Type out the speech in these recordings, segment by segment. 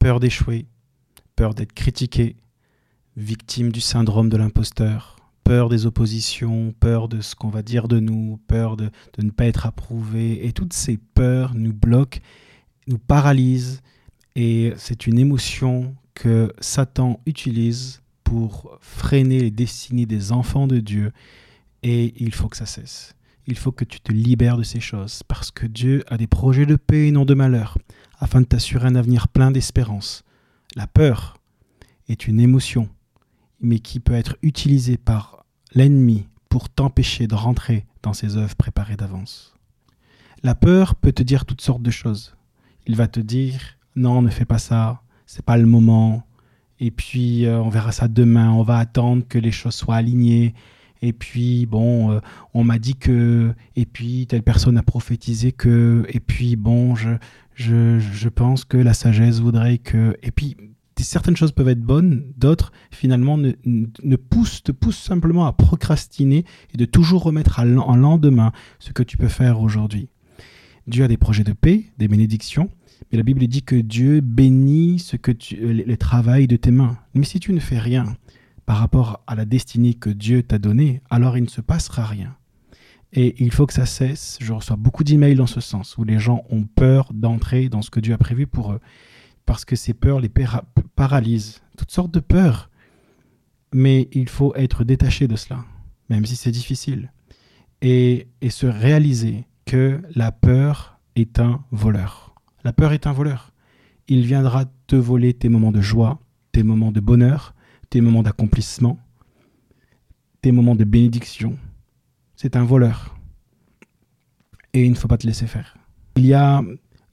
peur d'échouer, peur d'être critiqué, victime du syndrome de l'imposteur, peur des oppositions, peur de ce qu'on va dire de nous, peur de ne pas être approuvé. Et toutes ces peurs nous bloquent, nous paralysent. Et c'est une émotion que Satan utilise pour freiner les destinées des enfants de Dieu. Et il faut que ça cesse. Il faut que tu te libères de ces choses, parce que Dieu a des projets de paix et non de malheur, afin de t'assurer un avenir plein d'espérance. La peur est une émotion, mais qui peut être utilisée par l'ennemi pour t'empêcher de rentrer dans ses œuvres préparées d'avance. La peur peut te dire toutes sortes de choses. Il va te dire « Non, ne fais pas ça, c'est pas le moment. » Et puis, on verra ça demain, on va attendre que les choses soient alignées. Et puis, bon, on m'a dit que, et puis telle personne a prophétisé que, et puis, bon, je pense que la sagesse voudrait que, et puis, certaines choses peuvent être bonnes, d'autres, finalement, te poussent simplement à procrastiner et de toujours remettre en lendemain ce que tu peux faire aujourd'hui. Dieu a des projets de paix, des bénédictions, mais la Bible dit que Dieu bénit le travail de tes mains. Mais si tu ne fais rien par rapport à la destinée que Dieu t'a donnée, alors il ne se passera rien. Et il faut que ça cesse. Je reçois beaucoup d'emails dans ce sens, où les gens ont peur d'entrer dans ce que Dieu a prévu pour eux, parce que ces peurs les paralysent. Toutes sortes de peurs. Mais il faut être détaché de cela, même si c'est difficile. Et se réaliser que la peur est un voleur. La peur est un voleur. Il viendra te voler tes moments de joie, tes moments de bonheur, tes moments d'accomplissement, tes moments de bénédiction. C'est un voleur. Et il ne faut pas te laisser faire. Il y a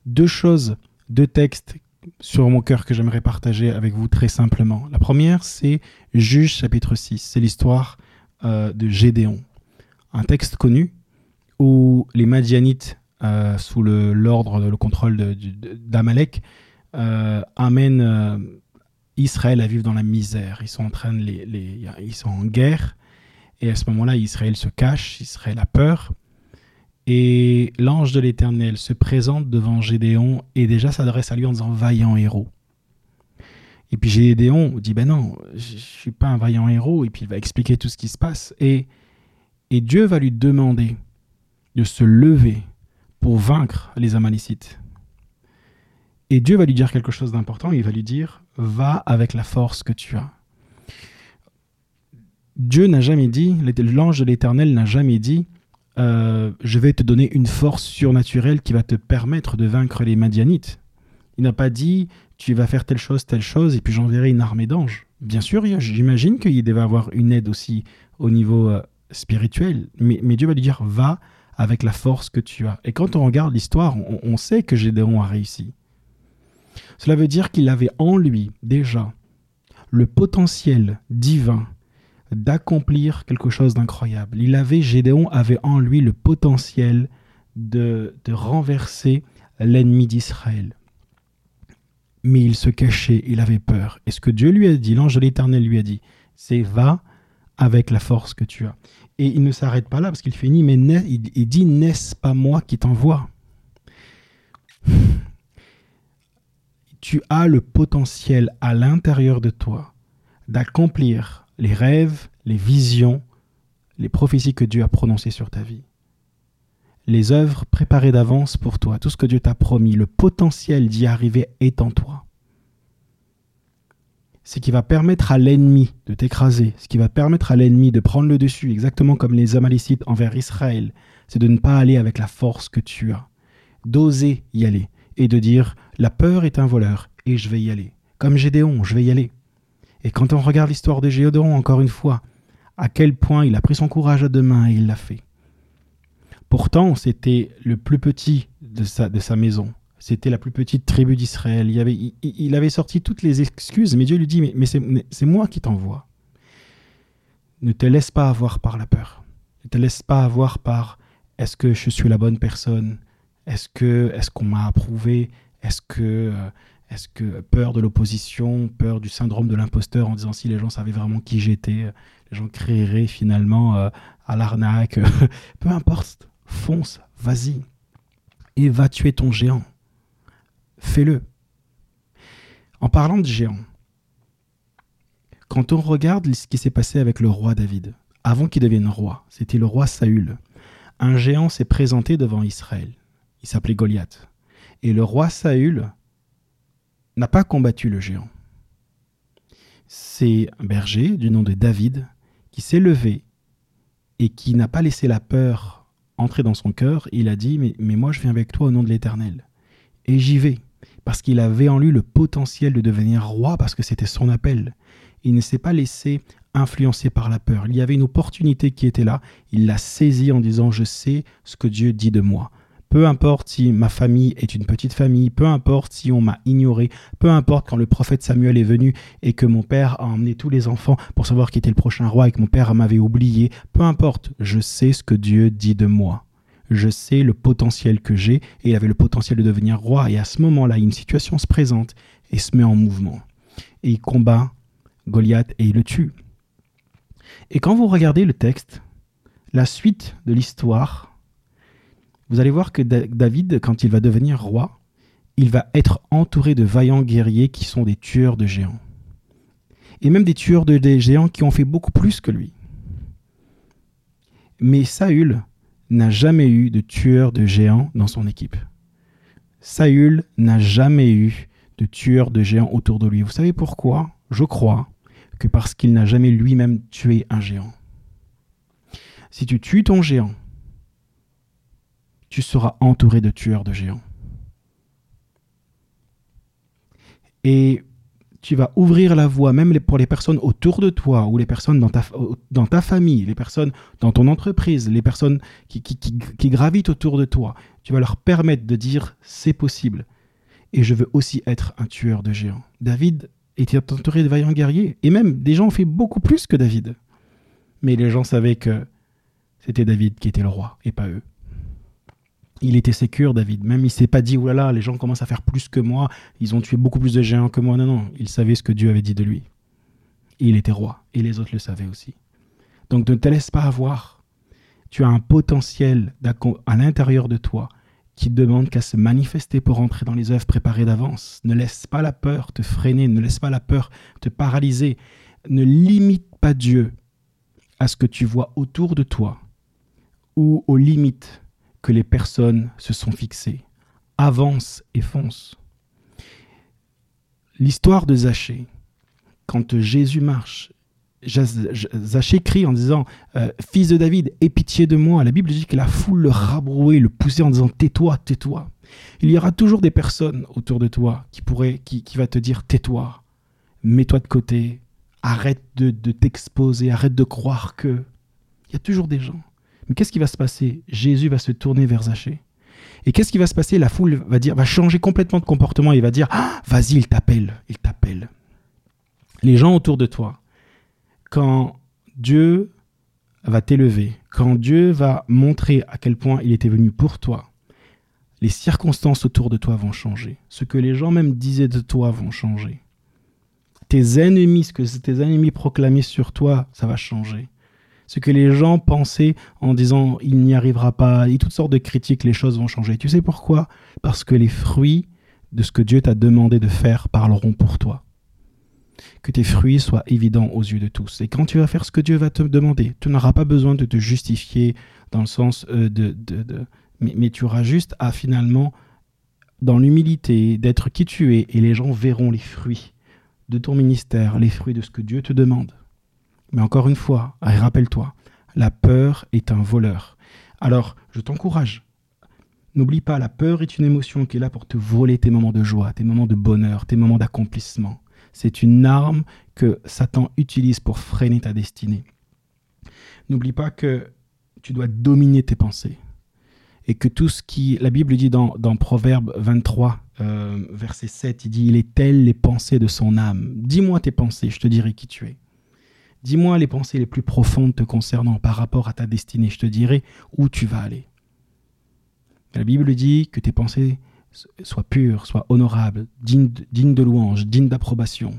deux textes sur mon cœur que j'aimerais partager avec vous très simplement. La première, c'est Juges chapitre 6. C'est l'histoire de Gédéon. Un texte connu où les Madianites, sous le contrôle d'Amalek, amènent Israël à vivre dans la misère. Ils sont en train ils sont en guerre, et à ce moment-là, Israël se cache, Israël a peur, et l'ange de l'Éternel se présente devant Gédéon et déjà s'adresse à lui en disant « Vaillant héros ». Et puis Gédéon dit « Ben non, je ne suis pas un vaillant héros », et puis il va expliquer tout ce qui se passe, et Dieu va lui demander de se lever pour vaincre les Amalécites. Et Dieu va lui dire quelque chose d'important, il va lui dire « Va avec la force que tu as ». Dieu n'a jamais dit, l'ange de l'Éternel n'a jamais dit « Je vais te donner une force surnaturelle qui va te permettre de vaincre les Madianites ». Il n'a pas dit « Tu vas faire telle chose, et puis j'enverrai une armée d'anges ». Bien sûr, j'imagine qu'il devait avoir une aide aussi au niveau spirituel, mais Dieu va lui dire « Va avec la force que tu as ». Et quand on regarde l'histoire, on sait que Gédéon a réussi. Cela veut dire qu'il avait en lui déjà le potentiel divin d'accomplir quelque chose d'incroyable. Gédéon avait en lui le potentiel de renverser l'ennemi d'Israël. Mais il se cachait, il avait peur. Et ce que Dieu lui a dit, l'ange de l'Éternel lui a dit, c'est « Va avec la force que tu as ». Et il ne s'arrête pas là parce qu'il finit, mais il dit « N'est-ce pas moi qui t'envoie ?» Tu as le potentiel à l'intérieur de toi d'accomplir les rêves, les visions, les prophéties que Dieu a prononcées sur ta vie. Les œuvres préparées d'avance pour toi, tout ce que Dieu t'a promis, le potentiel d'y arriver est en toi. Ce qui va permettre à l'ennemi de t'écraser, ce qui va permettre à l'ennemi de prendre le dessus, exactement comme les Amalécites envers Israël, c'est de ne pas aller avec la force que tu as, d'oser y aller et de dire « La peur est un voleur et je vais y aller. Comme Gédéon, je vais y aller. » Et quand on regarde l'histoire de Gédéon, encore une fois, à quel point il a pris son courage à deux mains et il l'a fait. Pourtant, c'était le plus petit de sa maison. C'était la plus petite tribu d'Israël. Il avait sorti toutes les excuses, mais Dieu lui dit « Mais c'est moi qui t'envoie. » Ne te laisse pas avoir par la peur. Ne te laisse pas avoir par « Est-ce que je suis la bonne personne ? Est-ce qu'on m'a approuvé ? Est-ce que peur de l'opposition, peur du syndrome de l'imposteur en disant si les gens savaient vraiment qui j'étais, les gens crieraient finalement à l'arnaque. Peu importe, fonce, vas-y et va tuer ton géant. Fais-le. En parlant de géants, quand on regarde ce qui s'est passé avec le roi David, avant qu'il devienne roi, c'était le roi Saül. Un géant s'est présenté devant Israël. Il s'appelait Goliath. Et le roi Saül n'a pas combattu le géant. C'est un berger du nom de David qui s'est levé et qui n'a pas laissé la peur entrer dans son cœur. Il a dit mais moi je viens avec toi au nom de l'Éternel. Et j'y vais parce qu'il avait en lui le potentiel de devenir roi parce que c'était son appel. Il ne s'est pas laissé influencer par la peur. Il y avait une opportunité qui était là. Il l'a saisie en disant je sais ce que Dieu dit de moi. Peu importe si ma famille est une petite famille, peu importe si on m'a ignoré, peu importe quand le prophète Samuel est venu et que mon père a emmené tous les enfants pour savoir qui était le prochain roi et que mon père m'avait oublié, peu importe, je sais ce que Dieu dit de moi. Je sais le potentiel que j'ai et il avait le potentiel de devenir roi. Et à ce moment-là, une situation se présente et se met en mouvement. Et il combat Goliath et il le tue. Et quand vous regardez le texte, la suite de l'histoire, vous allez voir que David, quand il va devenir roi, il va être entouré de vaillants guerriers qui sont des tueurs de géants. Et même des tueurs de géants qui ont fait beaucoup plus que lui. Mais Saül n'a jamais eu de tueur de géants dans son équipe. Saül n'a jamais eu de tueur de géants autour de lui. Vous savez pourquoi ? Je crois que parce qu'il n'a jamais lui-même tué un géant. Si tu tues ton géant, tu seras entouré de tueurs de géants. Et tu vas ouvrir la voie, même pour les personnes autour de toi, ou les personnes dans ta famille, les personnes dans ton entreprise, les personnes qui gravitent autour de toi. Tu vas leur permettre de dire « c'est possible ». Et je veux aussi être un tueur de géants. David était entouré de vaillants guerriers. Et même, des gens ont fait beaucoup plus que David. Mais les gens savaient que c'était David qui était le roi, et pas eux. Il était sécure, David. Même il ne s'est pas dit « oulala, les gens commencent à faire plus que moi, ils ont tué beaucoup plus de géants que moi ». Non, non, il savait ce que Dieu avait dit de lui. Et il était roi, et les autres le savaient aussi. Donc ne te laisse pas avoir. Tu as un potentiel à l'intérieur de toi qui demande qu'à se manifester pour entrer dans les œuvres préparées d'avance. Ne laisse pas la peur te freiner, ne laisse pas la peur te paralyser. Ne limite pas Dieu à ce que tu vois autour de toi ou aux limites que les personnes se sont fixées. Avance et fonce. L'histoire de Zachée, quand Jésus marche, Zachée crie en disant « Fils de David, aie pitié de moi ». La Bible dit que la foule le rabrouait, le poussait en disant « Tais-toi, tais-toi ». Il y aura toujours des personnes autour de toi qui va te dire « Tais-toi, mets-toi de côté, arrête de t'exposer, arrête de croire que… ». Il y a toujours des gens. Mais qu'est-ce qui va se passer ? Jésus va se tourner vers Zachée. Et qu'est-ce qui va se passer ? La foule va changer complètement de comportement. Il va dire « Vas-y, il t'appelle, il t'appelle ». Les gens autour de toi, quand Dieu va t'élever, quand Dieu va montrer à quel point il était venu pour toi, les circonstances autour de toi vont changer. Ce que les gens même disaient de toi vont changer. Tes ennemis, ce que tes ennemis proclamaient sur toi, ça va changer. Ce que les gens pensaient en disant « il n'y arrivera pas », et toutes sortes de critiques, les choses vont changer. Tu sais pourquoi ? Parce que les fruits de ce que Dieu t'a demandé de faire parleront pour toi. Que tes fruits soient évidents aux yeux de tous. Et quand tu vas faire ce que Dieu va te demander, tu n'auras pas besoin de te justifier dans le sens mais tu auras juste à finalement, dans l'humilité, d'être qui tu es, et les gens verront les fruits de ton ministère, les fruits de ce que Dieu te demande. Mais encore une fois, rappelle-toi, la peur est un voleur. Alors, je t'encourage. N'oublie pas, la peur est une émotion qui est là pour te voler tes moments de joie, tes moments de bonheur, tes moments d'accomplissement. C'est une arme que Satan utilise pour freiner ta destinée. N'oublie pas que tu dois dominer tes pensées. Et que tout ce qui… La Bible dit dans Proverbe 23, verset 7, il dit « Il est telles les pensées de son âme. Dis-moi tes pensées, je te dirai qui tu es. Dis-moi les pensées les plus profondes te concernant par rapport à ta destinée. Je te dirai où tu vas aller. » La Bible dit que tes pensées soient pures, soient honorables, dignes de louange, dignes d'approbation.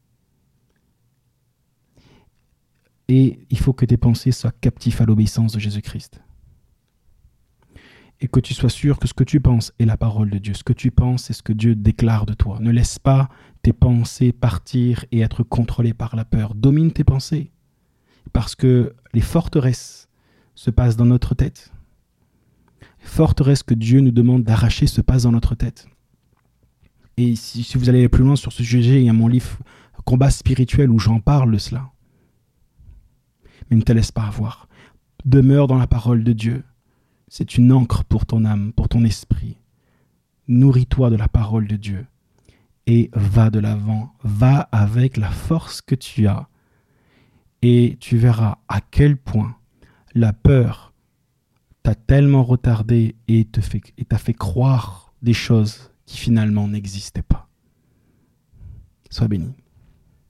Et il faut que tes pensées soient captives à l'obéissance de Jésus-Christ. Et que tu sois sûr que ce que tu penses est la parole de Dieu. Ce que tu penses, c'est ce que Dieu déclare de toi. Ne laisse pas tes pensées partir et être contrôlées par la peur. Domine tes pensées. Parce que les forteresses se passent dans notre tête. Les forteresses que Dieu nous demande d'arracher se passent dans notre tête. Et si vous allez aller plus loin sur ce sujet, il y a mon livre Combat spirituel où j'en parle de cela. Mais ne te laisse pas avoir. Demeure dans la parole de Dieu. C'est une encre pour ton âme, pour ton esprit. Nourris-toi de la parole de Dieu et va de l'avant. Va avec la force que tu as et tu verras à quel point la peur t'a tellement retardé et t'a fait croire des choses qui finalement n'existaient pas. Sois béni.